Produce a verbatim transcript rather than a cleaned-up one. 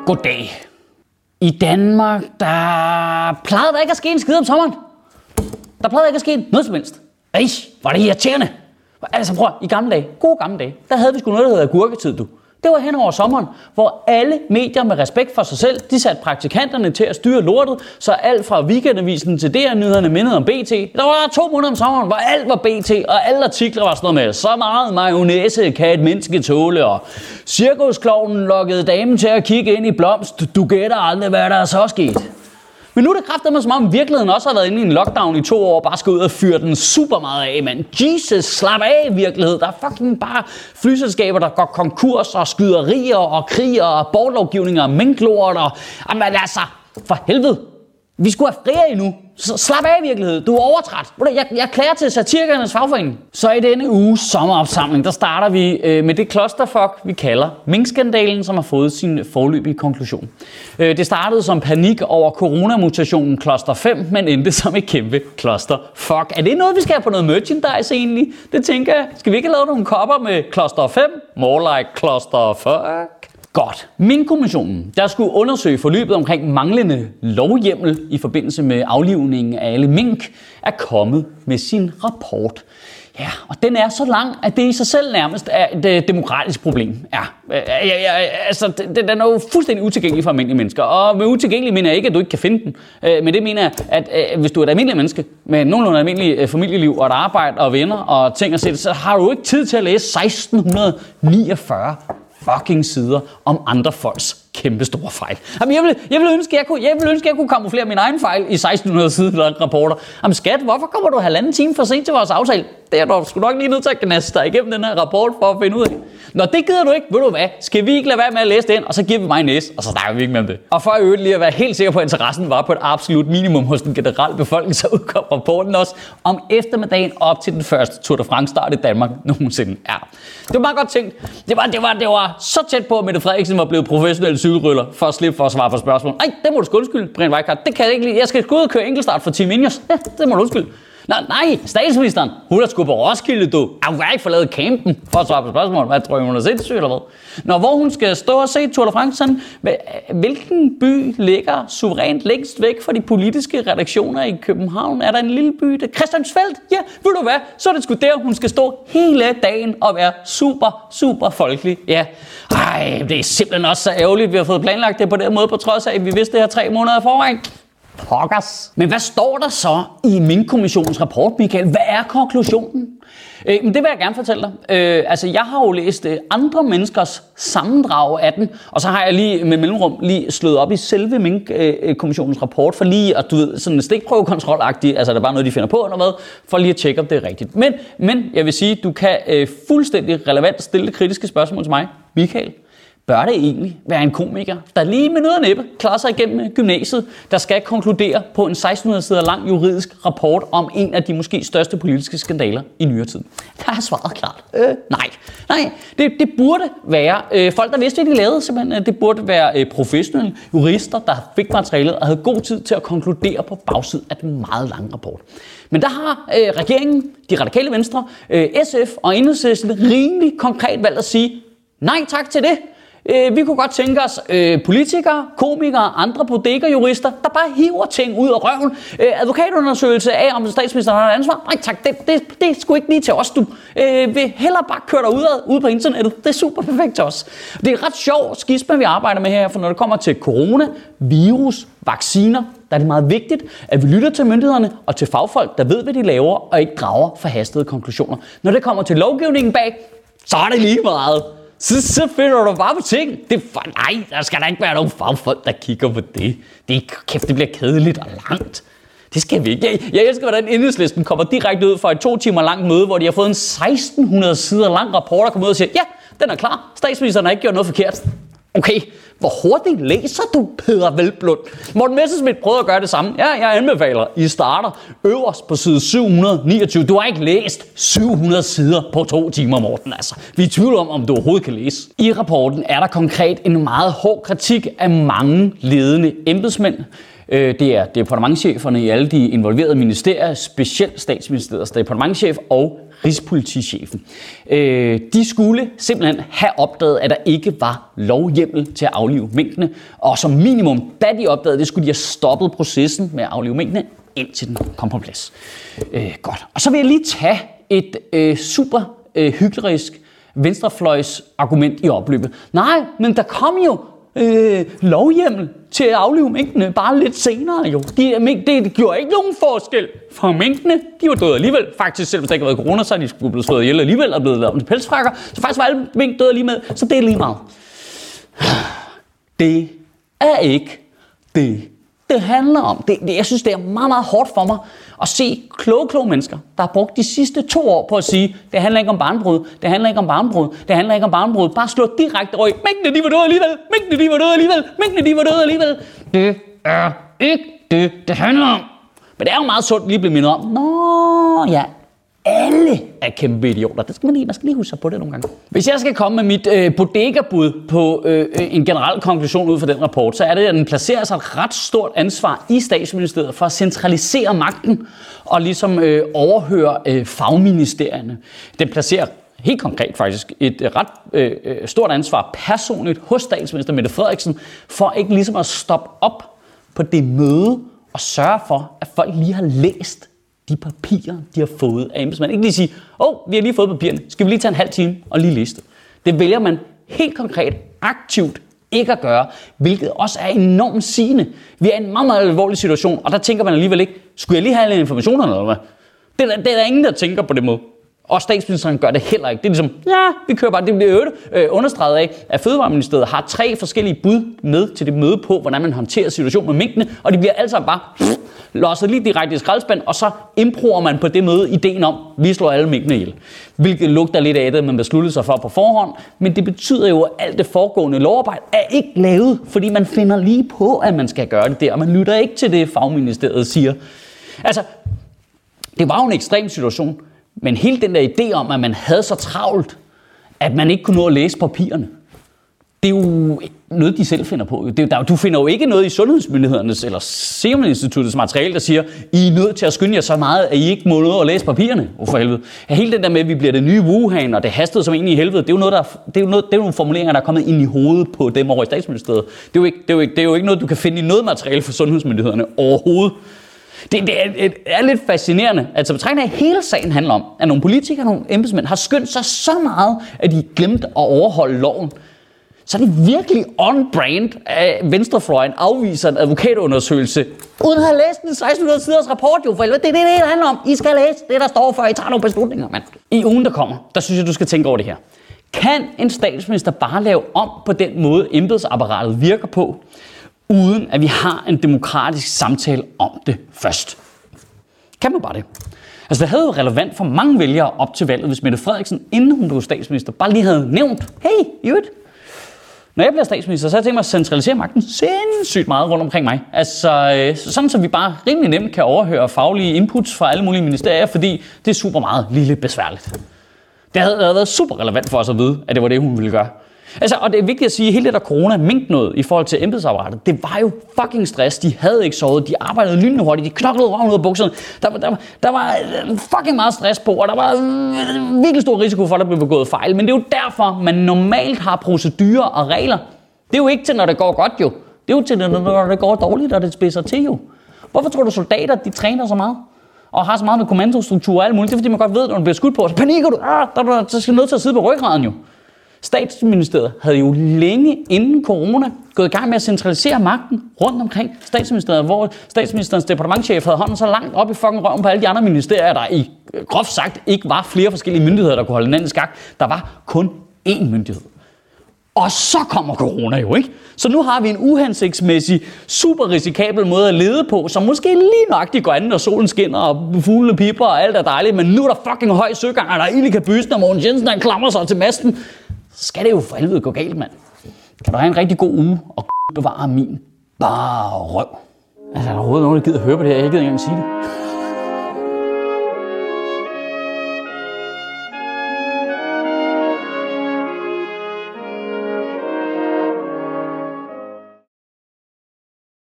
Goddag. I Danmark, der plejede der ikke at ske en skid om sommeren. Der plejede ikke at ske noget som helst. Ej, var det irriterende. Altså prøv, i gamle dage, gode gamle dage, der havde vi sgu noget, der hedder agurketid, du. Det var hen over sommeren, hvor alle medier med respekt for sig selv, de satte praktikanterne til at styre lortet, så alt fra Weekendavisen til D R-nyhederne mindede om B T. Der var to måneder om sommeren, hvor alt var B T, og alle artikler var sådan noget med, så meget mayonnaise kan et menneske tåle, og cirkusklovnen lokkede damen til at kigge ind i blomst. Du gætter aldrig, hvad der er så sket. Men nu er det kraftedeme, som om virkeligheden også har været inde i en lockdown i to år, og bare skal ud og fyre den super meget af, mand. Jesus, slap af virkelighed. Der er fucking bare flyselskaber, der går konkurs, og skyderier, og krig, og abortlovgivninger, og minklort, og... Jamen altså, for helvede. Vi skulle have ferie nu. Så slap af virkelighed. Du er overtræt. Jeg, jeg klæder til satirikernes fagforening. Så i denne uges sommeropsamling, der starter vi øh, med det clusterfuck, vi kalder minkskandalen, som har fået sin foreløbige konklusion. Øh, det startede som panik over coronamutationen cluster fem, men endte som et kæmpe clusterfuck. Er det noget, vi skal have på noget merchandise egentlig? Det tænker jeg. Skal vi ikke have lavet nogle kopper med cluster fem? More like clusterfuck. Godt. Minkkommissionen, der skulle undersøge forløbet omkring manglende lovhjemmel i forbindelse med aflivningen af alle mink, er kommet med sin rapport. Ja, og den er så lang, at det i sig selv nærmest er et demokratisk problem. Ja, ja, ja altså, den er jo fuldstændig utilgængelig for almindelige mennesker. Og med utilgængelig mener jeg ikke, at du ikke kan finde den. Men det mener jeg, at hvis du er et almindeligt menneske med nogenlunde almindeligt familieliv og et arbejde og venner og ting at sætte, så har du ikke tid til at læse seksten niogfyrre fucking sider om andre folks kæmpe store fejl. Jamen, jeg vil, jeg vil ønske, jeg kunne, jeg vil ønske, jeg kunne kamuflere min egen fejl i seksten hundrede sider rapporter. Jamen skat, hvorfor kommer du halvanden time for sent til vores aftale? Det er du sgu nok lige nødt til at knaste dig igennem den her rapport for at finde ud af. Nå, det gider du ikke. Ved du hvad? Skal vi ikke lade være med at læse den, og så giver vi mig en næse, og så snakker vi ikke mere om det. Og for at øvrigt lige at være helt sikker på, at interessen var på et absolut minimum hos den generelle befolkning, så udkom rapporten også om eftermiddagen op til den første Tour de France start i Danmark nogensinde. Ja, det var meget godt tænkt. Det var, det var, det var så tæt på, at Mette Frederiksen var blevet professionel cykelrytter for at slippe for at svare på spørgsmål. Nej, det må du sgu undskylde, Brian Weikart. Det kan jeg ikke lide. Jeg skal gå ud og køre enkeltstart for Team Ineos. Ja, det må du undskylde. Nej, nej, statsministeren, hun er sgu på Roskilde, du. Hun har ikke forladet campen for at svare på spørgsmål. Hvad tror jeg, hun har set syg eller hvad? Når hvor hun skal stå og se Tour de France, sådan, hvilken by ligger suverænt længst væk fra de politiske redaktioner i København? Er der en lille by? Det er Christiansfeld? Ja, ved du hvad? Så er det sgu der, hun skal stå hele dagen og være super, super folkelig. Ja, ej, det er simpelthen også så ærgerligt, vi har fået planlagt det på den måde, på trods af, at vi vidste det her tre måneder i forvejen. Pokkers. Men hvad står der så i Minkkommissionens rapport, Michael? Hvad er konklusionen? Øh, men det vil jeg gerne fortælle dig. Øh, altså, jeg har jo læst øh, andre menneskers sammendrag af den, og så har jeg lige med mellemrum lige slået op i selve Minkkommissionens øh, rapport, for lige at, du ved, sådan en stikprøvekontrol-agtig, altså der er bare noget, de finder på eller hvad, for lige at tjekke, om det er rigtigt. Men, men jeg vil sige, du kan øh, fuldstændig relevant stille kritiske spørgsmål til mig, Michael. Bør det egentlig være en komiker, der lige med noget af næppe klarer sig igennem gymnasiet, der skal konkludere på en seksten hundrede sider lang juridisk rapport om en af de måske største politiske skandaler i nyere tid? Der er svaret klart. Øh, nej. Nej, det, det burde være øh, folk, der vidste, hvad de lavede. Simpelthen. Det burde være øh, professionelle jurister, der fik materialet og havde god tid til at konkludere på bagsiden af den meget lange rapport. Men der har øh, regeringen, de radikale venstre, øh, S F og Enhedslisten rimelig konkret valgt at sige nej tak til det. Øh, vi kunne godt tænke os øh, politikere, komikere og andre bodega-jurister, der bare hiver ting ud af røven. Øh, advokatundersøgelse af, om statsministeren har et ansvar. Nej tak, det, det, det er sgu ikke lige til os, du. Øh, vil hellere bare køre dig ud, ud på internettet. Det er super perfekt til os. Det er ret sjov skisme, vi arbejder med her, for når det kommer til corona, virus, vacciner, der er det meget vigtigt, at vi lytter til myndighederne og til fagfolk, der ved, hvad de laver, og ikke drager forhastede konklusioner. Når det kommer til lovgivningen bag, så er det lige meget. Så, så finder du bare på ting. Det for, nej, der skal der ikke være nogen fagfolk, der kigger på det. Det, kæft, det bliver kedeligt og langt. Det skal vi ikke. Jeg, jeg elsker, hvordan Enhedslisten kommer direkte ud fra et to timer langt møde, hvor de har fået en seksten hundrede sider lang rapport, og kommer ud og siger, ja, den er klar. Statsministeren har ikke gjort noget forkert. Okay, hvor hurtigt læser du, Peder Hvelplund? Morten Messerschmidt prøvede at gøre det samme. Ja, jeg anbefaler, I starter øverst på side syv hundrede niogtyve. Du har ikke læst syv hundrede sider på to timer, Morten. Altså, vi er i tvivl om, om du overhovedet kan læse. I rapporten er der konkret en meget hård kritik af mange ledende embedsmænd. Øh, det er departementscheferne i alle de involverede ministerier, specielt statsministeriets departementschef og rigspolitichefen. Øh, de skulle simpelthen have opdaget, at der ikke var lovhjemmel til at aflive minkene, og som minimum, da de opdagede det, skulle de have stoppet processen med at aflive minkene, indtil den kom på plads. Øh, godt. Og så vil jeg lige tage et øh, super øh, hyklerisk venstrefløjs argument i opløbet. Nej, men der kom jo øh, lovhjemmel til at aflive minkene bare lidt senere jo. De, mink, det, det gjorde ikke nogen forskel for minkene. De var døde alligevel. Faktisk, selvom der ikke havde været corona, så er de skulle blevet slået ihjel alligevel og blevet lavet om til pelsfrakker. Så faktisk var alle mink døde lige med. Så det er lige meget. Det er ikke det, det handler om. Det, det, jeg synes, det er meget, meget hårdt for mig at se kloge, kloge mennesker, der har brugt de sidste to år på at sige, det handler ikke om barnbrud, det handler ikke om barnbrud, det handler ikke om barnbrud. Bare slå direkte over i, minkene de var døde alligevel, minkene de var døde alligevel, minkene de var døde alligevel. Det er ikke det, det handler om. Men det er jo meget sundt lige at blive mindet om, nå ja, alle er kæmpe idioter. Det skal man lige, man skal lige huske sig på det nogle gange. Hvis jeg skal komme med mit øh, bodega-bud på øh, en generel konklusion ud fra den rapport, så er det, at den placerer sig et ret stort ansvar i statsministeriet for at centralisere magten og ligesom øh, overhøre øh, fagministerierne. Den placerer helt konkret faktisk et ret øh, stort ansvar personligt hos statsminister Mette Frederiksen for ikke ligesom at stoppe op på det møde og sørge for, at folk lige har læst de papirer, de har fået af embedsmænd. Ikke lige sige, åh, oh, vi har lige fået papirerne. Skal vi lige tage en halv time og lige læse det? Det vælger man helt konkret, aktivt ikke at gøre, hvilket også er enormt sigende. Vi er i en meget, meget alvorlig situation, og der tænker man alligevel ikke, skulle jeg lige have alle informationerne eller hvad? Det er, det er der ingen, der tænker på det måde. Og statsministeren gør det heller ikke. Det er ligesom, ja, vi kører bare. Det bliver øvrigt øh, understreget af, at Fødevareministeriet har tre forskellige bud med til det møde på, hvordan man håndterer situationen med minkene, og de bliver altså bare pff, losset lige direkte i skraldespand, og så improver man på det møde ideen om, vi slår alle minkene ihjel. Hvilket lugter lidt af det, man besluttede sig for på forhånd, men det betyder jo, at alt det foregående lovarbejde er ikke lavet, fordi man finder lige på, at man skal gøre det der, og man lytter ikke til det, fagministeriet siger. Altså, det var jo en ekstrem situation. Men hele den der idé om, at man havde så travlt, at man ikke kunne nå at læse papirerne, det er jo noget, de selv finder på. Det er, der, du finder jo ikke noget i Sundhedsmyndighedernes eller Serum Instituttets materiale, der siger, I er nødt til at skynde jer så meget, at I ikke må nå at læse papirerne. Oh, for helvede. Ja, hele den der med, at vi bliver det nye Wuhan, og det hastede som egentlig i helvede, det er jo noget, der, det er jo noget, det er jo nogle formuleringer, der er kommet ind i hovedet på dem over i Statsministeriet. Det er jo ikke, det er jo ikke, det er jo ikke noget, du kan finde i noget materiale for Sundhedsmyndighederne overhovedet. Det, det, er, det er lidt fascinerende. Altså betragtning af hele sagen handler om, at nogle politikere og nogle embedsmænd har skyndt sig så meget, at de glemte at overholde loven. Så er det virkelig on-brand, at venstrefløjen afviser en advokatundersøgelse, uden at have læst en seksten hundrede siders rapport jo. For det er det, det handler om. I skal læse det, der står for, I tager nogle beslutninger, mand. I ugen, der kommer, der synes jeg, du skal tænke over det her. Kan en statsminister bare lave om på den måde, embedsapparatet virker på, uden at vi har en demokratisk samtale om det først? Kan man bare det? Altså det havde jo relevant for mange vælgere op til valget, hvis Mette Frederiksen, inden hun blev statsminister, bare lige havde nævnt, hey, Jyt, når jeg bliver statsminister, så har jeg tænkt mig at centralisere magten sindssygt meget rundt omkring mig. Altså sådan, så vi bare rimelig nemt kan overhøre faglige inputs fra alle mulige ministerier, fordi det er super meget lige lidt besværligt. Det havde været super relevant for os at vide, at det var det, hun ville gøre. Altså, og det er vigtigt at sige, at hele det der corona mink noget i forhold til embedsapparatet, det var jo fucking stress. De havde ikke sovet, de arbejdede lynende hurtigt, de knoklede røven ud af bukserne. Der, der, der var fucking meget stress på, og der var virkelig stor risiko for, at der blev begået fejl. Men det er jo derfor, man normalt har procedurer og regler. Det er jo ikke til, når det går godt jo. Det er jo til, når det går dårligt, og det spidser til jo. Hvorfor tror du soldater, de træner så meget? Og har så meget med kommandostruktur og alt muligt? Det er fordi, man godt ved, når man bliver skudt på, så panikker du. Ah, der er du så nødt til at sidde på ryggraden jo. Statsministeriet havde jo længe inden corona gået i gang med at centralisere magten rundt omkring Statsministeriet, hvor statsministerens departementschef havde hånden så langt op i fucking røven på alle de andre ministerier, der i groft sagt ikke var flere forskellige myndigheder, der kunne holde hinanden i skak. Der var kun én myndighed. Og så kommer corona jo, ikke? Så nu har vi en uhensigtsmæssig, super risikabel måde at lede på, som måske lige nøjagtigt går an, når solen skinner, og fuglene pipler, og alt er dejligt, men nu er der fucking høj søgang, og der er ild i kabysen, og Mogens Jensen, der klamrer sig til masten. Så skal det jo for helvede gå galt, mand. Kan du have en rigtig god uge, og bevare min bare røv. Altså, er der overhovedet nogen, der gider at høre på det her? Jeg gider ikke engang sige det.